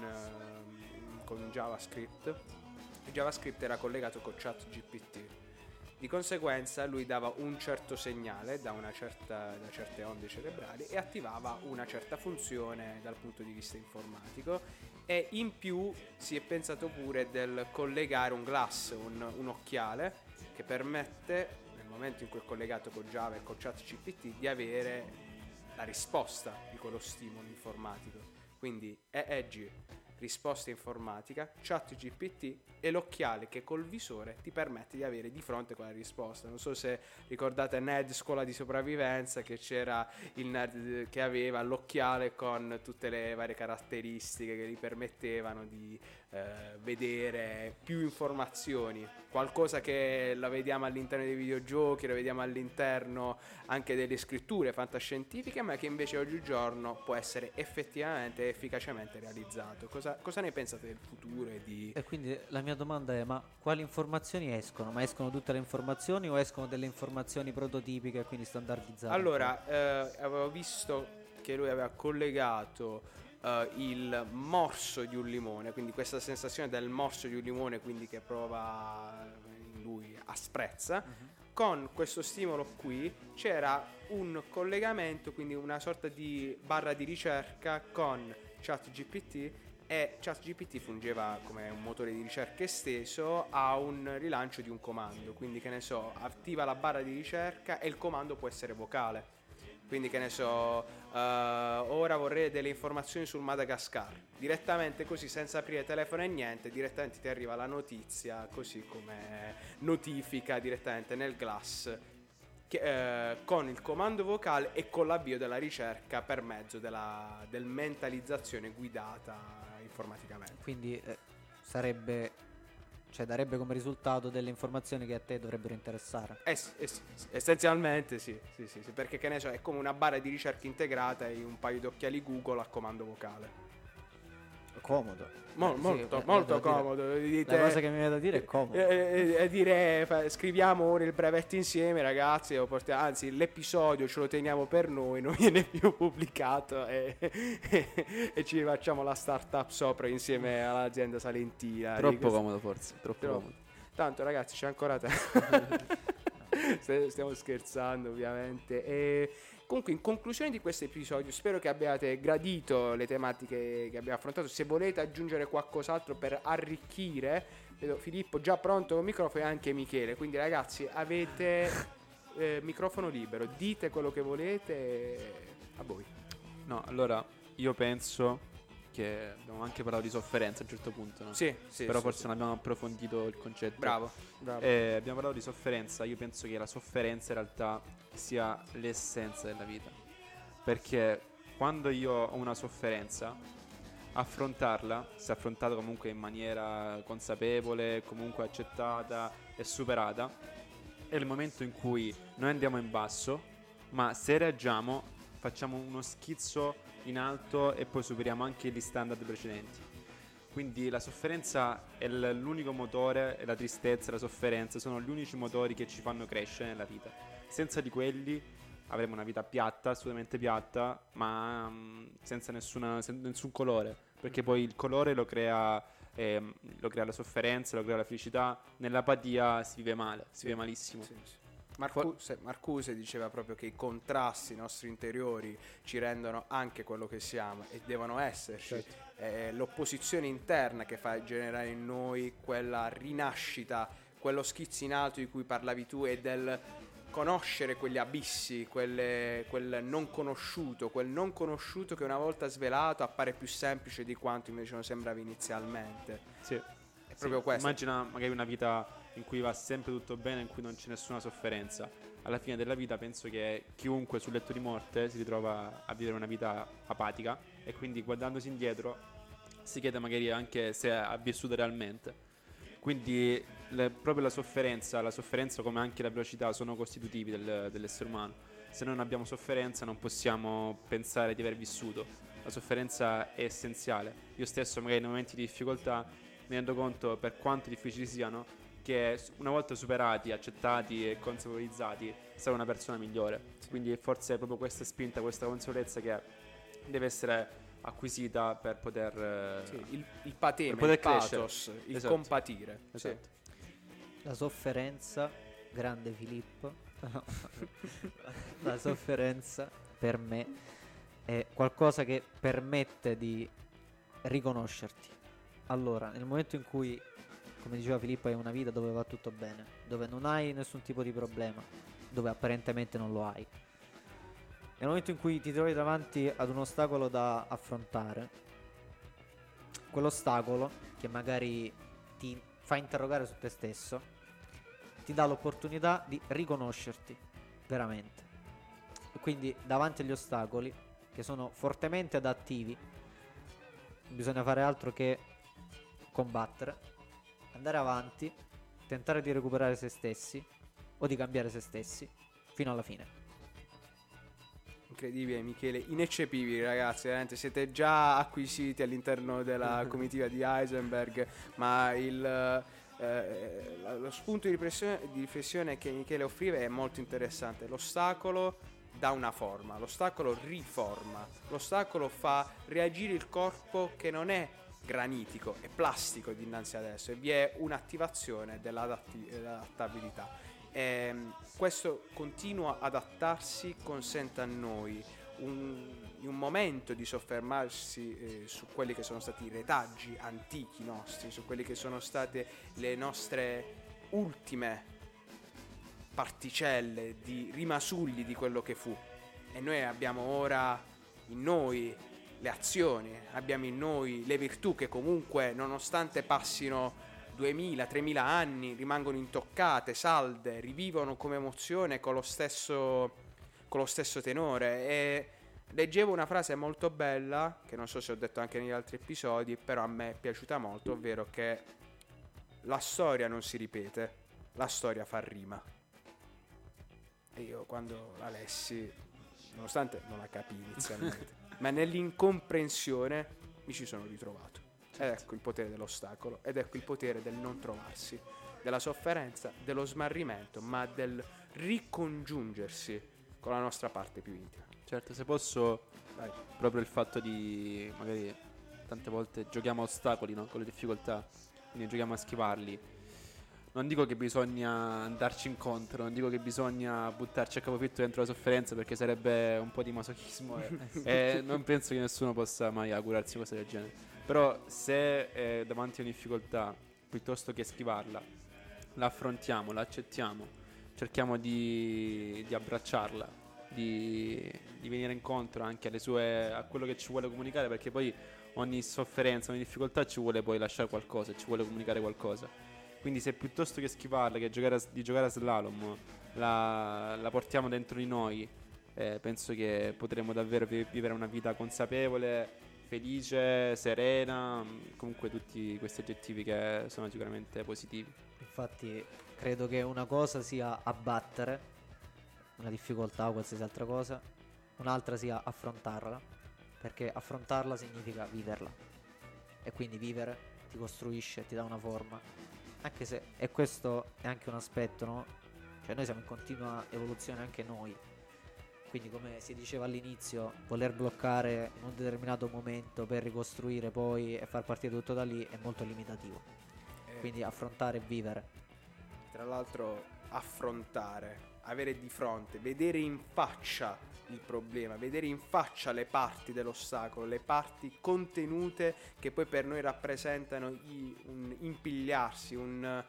un JavaScript. Il JavaScript era collegato con ChatGPT. Di conseguenza lui dava un certo segnale da certe onde cerebrali e attivava una certa funzione dal punto di vista informatico. E in più si è pensato pure del collegare un glass, un occhiale, che permette, nel momento in cui è collegato con Java e con ChatGPT, di avere la risposta di quello stimolo informatico. Quindi EEG, risposta informatica, ChatGPT e l'occhiale che col visore ti permette di avere di fronte quella risposta. Non so se ricordate Ned Scuola di Sopravvivenza, che c'era il nerd che aveva l'occhiale con tutte le varie caratteristiche che gli permettevano di vedere più informazioni, qualcosa che la vediamo all'interno dei videogiochi, la vediamo all'interno anche delle scritture fantascientifiche, ma che invece oggigiorno può essere effettivamente e efficacemente realizzato. Cosa ne pensate del futuro E quindi la mia domanda è: ma quali informazioni escono? Ma escono tutte le informazioni o escono delle informazioni prototipiche, quindi standardizzate? Allora, avevo visto che lui aveva collegato il morso di un limone, quindi questa sensazione del morso di un limone, quindi che prova in lui asprezza. Con questo stimolo qui c'era un collegamento, quindi una sorta di barra di ricerca con ChatGPT, e ChatGPT fungeva come un motore di ricerca esteso a un rilancio di un comando. Quindi, che ne so, attiva la barra di ricerca e il comando può essere vocale. Quindi, che ne so, ora vorrei delle informazioni sul Madagascar. Direttamente così, senza aprire telefono e niente, direttamente ti arriva la notizia, così come notifica direttamente nel Glass, con il comando vocale e con l'avvio della ricerca per mezzo del mentalizzazione guidata informaticamente. Quindi darebbe come risultato delle informazioni che a te dovrebbero interessare. Essenzialmente sì, perché, che ne so, è come una barra di ricerca integrata e un paio di occhiali Google a comando vocale. Comodo. Molto comodo. La cosa che mi viene da dire è comodo. Scriviamo ora il brevetto insieme, ragazzi, anzi l'episodio ce lo teniamo per noi, non viene più pubblicato e ci facciamo la startup sopra insieme all'azienda salentina. Troppo comodo, forse. Troppo comodo. Tanto, ragazzi, c'è ancora tempo. Stiamo scherzando, ovviamente. E comunque, in conclusione di questo episodio, spero che abbiate gradito le tematiche che abbiamo affrontato. Se volete aggiungere qualcos'altro per arricchire, vedo Filippo già pronto con microfono e anche Michele. Quindi, ragazzi, avete microfono libero, dite quello che volete, a voi. No, allora, io penso che abbiamo anche parlato di sofferenza a un certo punto, no? Sì, però forse non abbiamo approfondito il concetto. Bravo. Abbiamo parlato di sofferenza. Io penso che la sofferenza in realtà sia l'essenza della vita, perché quando io ho una sofferenza, affrontarla, se affrontata comunque in maniera consapevole, comunque accettata e superata, è il momento in cui noi andiamo in basso, ma se reagiamo facciamo uno schizzo in alto e poi superiamo anche gli standard precedenti. Quindi la sofferenza è l'unico motore, e la tristezza e la sofferenza sono gli unici motori che ci fanno crescere nella vita. Senza di quelli avremo una vita piatta, assolutamente piatta, ma senza nessun colore, perché poi il colore lo crea la sofferenza, lo crea la felicità. Nell'apatia si vive male, si vive malissimo. Sì. Marcuse diceva proprio che i contrasti nostri interiori ci rendono anche quello che siamo e devono esserci. Certo. L'opposizione interna che fa generare in noi quella rinascita, quello schizzo in alto di cui parlavi tu, e del conoscere quegli abissi, quel non conosciuto che una volta svelato appare più semplice di quanto invece non sembrava inizialmente. Sì. proprio questo. Immagina magari una vita in cui va sempre tutto bene, in cui non c'è nessuna sofferenza. Alla fine della vita penso che chiunque sul letto di morte si ritrova a vivere una vita apatica e quindi guardandosi indietro si chiede magari anche se ha vissuto realmente. Quindi proprio la sofferenza come anche la velocità sono costitutivi dell'essere umano. Se noi non abbiamo sofferenza non possiamo pensare di aver vissuto. La sofferenza è essenziale. Io stesso magari nei momenti di difficoltà mi rendo conto, per quanto difficili siano, che una volta superati, accettati e consapevolizzati sarò una persona migliore. Quindi forse è proprio questa spinta, questa consapevolezza che deve essere acquisita per poter il pateme, per poter il pathos, crescere. il Esatto. compatire. Esatto. La sofferenza, grande Filippo, la sofferenza per me è qualcosa che permette di riconoscerti. Allora, nel momento in cui, come diceva Filippo, hai una vita dove va tutto bene, dove non hai nessun tipo di problema, dove apparentemente non lo hai, nel momento in cui ti trovi davanti ad un ostacolo da affrontare, quell'ostacolo che magari ti fa interrogare su te stesso, ti dà l'opportunità di riconoscerti veramente. E quindi davanti agli ostacoli, che sono fortemente adattivi, non bisogna fare altro che combattere, andare avanti, tentare di recuperare se stessi o di cambiare se stessi fino alla fine. Incredibile, Michele, ineccepibili ragazzi, veramente siete già acquisiti all'interno della comitiva di Heisenberg, ma lo spunto di riflessione che Michele offriva è molto interessante. L'ostacolo dà una forma, l'ostacolo riforma, l'ostacolo fa reagire il corpo che non è granitico, è plastico dinanzi ad esso e vi è un'attivazione dell'adattabilità. Questo continuo adattarsi consente a noi in un momento di soffermarsi su quelli che sono stati i retaggi antichi nostri, su quelli che sono state le nostre ultime particelle di rimasugli di quello che fu, e noi abbiamo ora in noi le azioni, abbiamo in noi le virtù che comunque, nonostante passino 2000-3000 anni, rimangono intoccate, salde, rivivono come emozione con lo stesso tenore. E leggevo una frase molto bella, che non so se ho detto anche negli altri episodi, però a me è piaciuta molto, ovvero che la storia non si ripete, la storia fa rima. E io quando la lessi, nonostante non la capii inizialmente, ma nell'incomprensione mi ci sono ritrovato. Ed ecco il potere dell'ostacolo, ed ecco il potere del non trovarsi, della sofferenza, dello smarrimento, ma del ricongiungersi con la nostra parte più intima. Certo, se posso, Vai. proprio il fatto di magari tante volte giochiamo a ostacoli, no? Con le difficoltà, quindi giochiamo a schivarli. Non dico che bisogna andarci incontro, non dico che bisogna buttarci a capofitto dentro la sofferenza, perché sarebbe un po' di masochismo e non penso che nessuno possa mai augurarsi cose del genere. Però se davanti a una difficoltà, piuttosto che schivarla, la affrontiamo, la accettiamo, cerchiamo di abbracciarla, di venire incontro anche a quello che ci vuole comunicare, perché poi ogni sofferenza, ogni difficoltà ci vuole poi lasciare qualcosa, ci vuole comunicare qualcosa. Quindi se piuttosto che schivarla, che giocare a slalom, la portiamo dentro di noi, penso che potremo davvero vivere una vita consapevole, felice, serena, comunque tutti questi aggettivi che sono sicuramente positivi. Infatti credo che una cosa sia abbattere una difficoltà o qualsiasi altra cosa, un'altra sia affrontarla, perché affrontarla significa viverla, e quindi vivere ti costruisce, ti dà una forma, anche se, e questo è anche un aspetto, no? Cioè noi siamo in continua evoluzione anche noi, quindi come si diceva all'inizio, voler bloccare in un determinato momento per ricostruire poi e far partire tutto da lì è molto limitativo. Quindi affrontare e vivere. Tra l'altro affrontare, avere di fronte, vedere in faccia il problema, vedere in faccia le parti dell'ostacolo, le parti contenute che poi per noi rappresentano un impigliarsi, un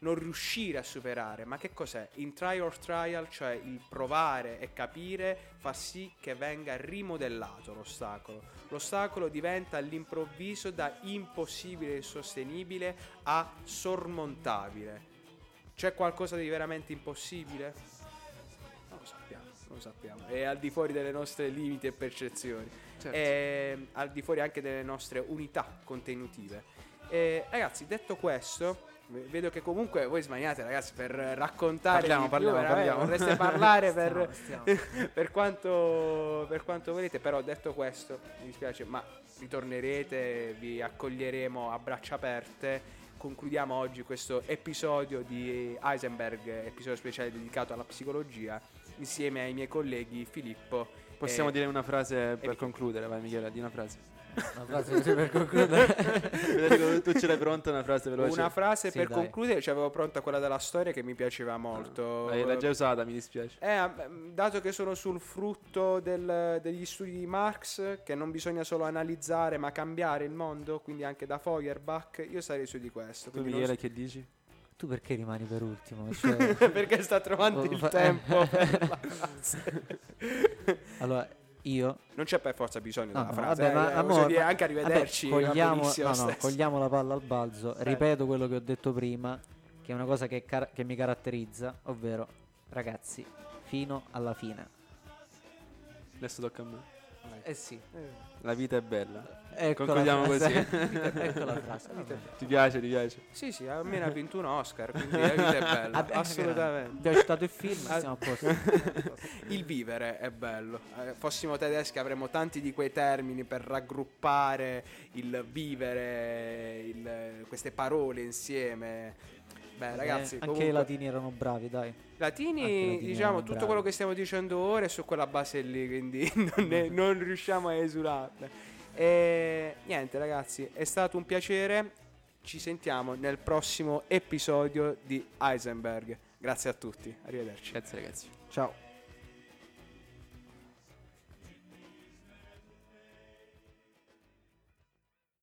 non riuscire a superare. Ma che cos'è? In try or trial, cioè il provare e capire, fa sì che venga rimodellato l'ostacolo. L'ostacolo diventa all'improvviso da impossibile e insostenibile a sormontabile. C'è qualcosa di veramente impossibile? Non lo sappiamo. È al di fuori delle nostre limiti e percezioni. Certo. È al di fuori anche delle nostre unità contenutive. Ragazzi, detto questo, vedo che comunque voi smaniate, ragazzi, per raccontare. Parliamo. Vorreste parlare Stiamo. per quanto volete. Però detto questo, mi dispiace, ma ritornerete, vi accoglieremo a braccia aperte. Concludiamo oggi questo episodio di Heisenberg, episodio speciale dedicato alla psicologia, insieme ai miei colleghi Filippo. Possiamo dire una frase per concludere, vai Michele, di una frase. Una frase così per concludere. Federico, tu ce l'hai pronta una frase veloce? Una frase Sì, per dai. concludere, c'avevo pronta quella della storia che mi piaceva molto. L'hai già usata, mi dispiace. Dato che sono sul frutto degli studi di Marx, che non bisogna solo analizzare ma cambiare il mondo, quindi anche da Feuerbach, io sarei su di questo. Tu Quindi Michele che dici? Tu perché rimani per ultimo? Cioè, perché sta trovando il tempo per la frase. allora, io Non c'è per forza bisogno della no, frase, vabbè, ma voglio amore, dire, anche arrivederci. vabbè, va cogliamo, benissimo no, stesso. cogliamo la palla al balzo. Ripeto quello che ho detto prima, che è una cosa che mi caratterizza, ovvero ragazzi, fino alla fine. Adesso tocca a me. Eh sì, La vita è bella. ecco Concludiamo la frase. così. Ecco la frase. vabbè. Ti piace? Sì, almeno ha vinto un Oscar, quindi la vita è bella. Vabbè, assolutamente. Abbiamo citato il film, siamo a posto. Il vivere è bello. Fossimo tedeschi avremmo tanti di quei termini per raggruppare il vivere, queste parole insieme. Beh, ragazzi, anche comunque, i latini erano bravi, dai. Anche i latini, latini diciamo, erano tutto bravi. quello che stiamo dicendo ora è su quella base lì, quindi non riusciamo a esularne. E niente, ragazzi, è stato un piacere. Ci sentiamo nel prossimo episodio di Heisenberg. Grazie a tutti, arrivederci. Grazie ragazzi. Ciao.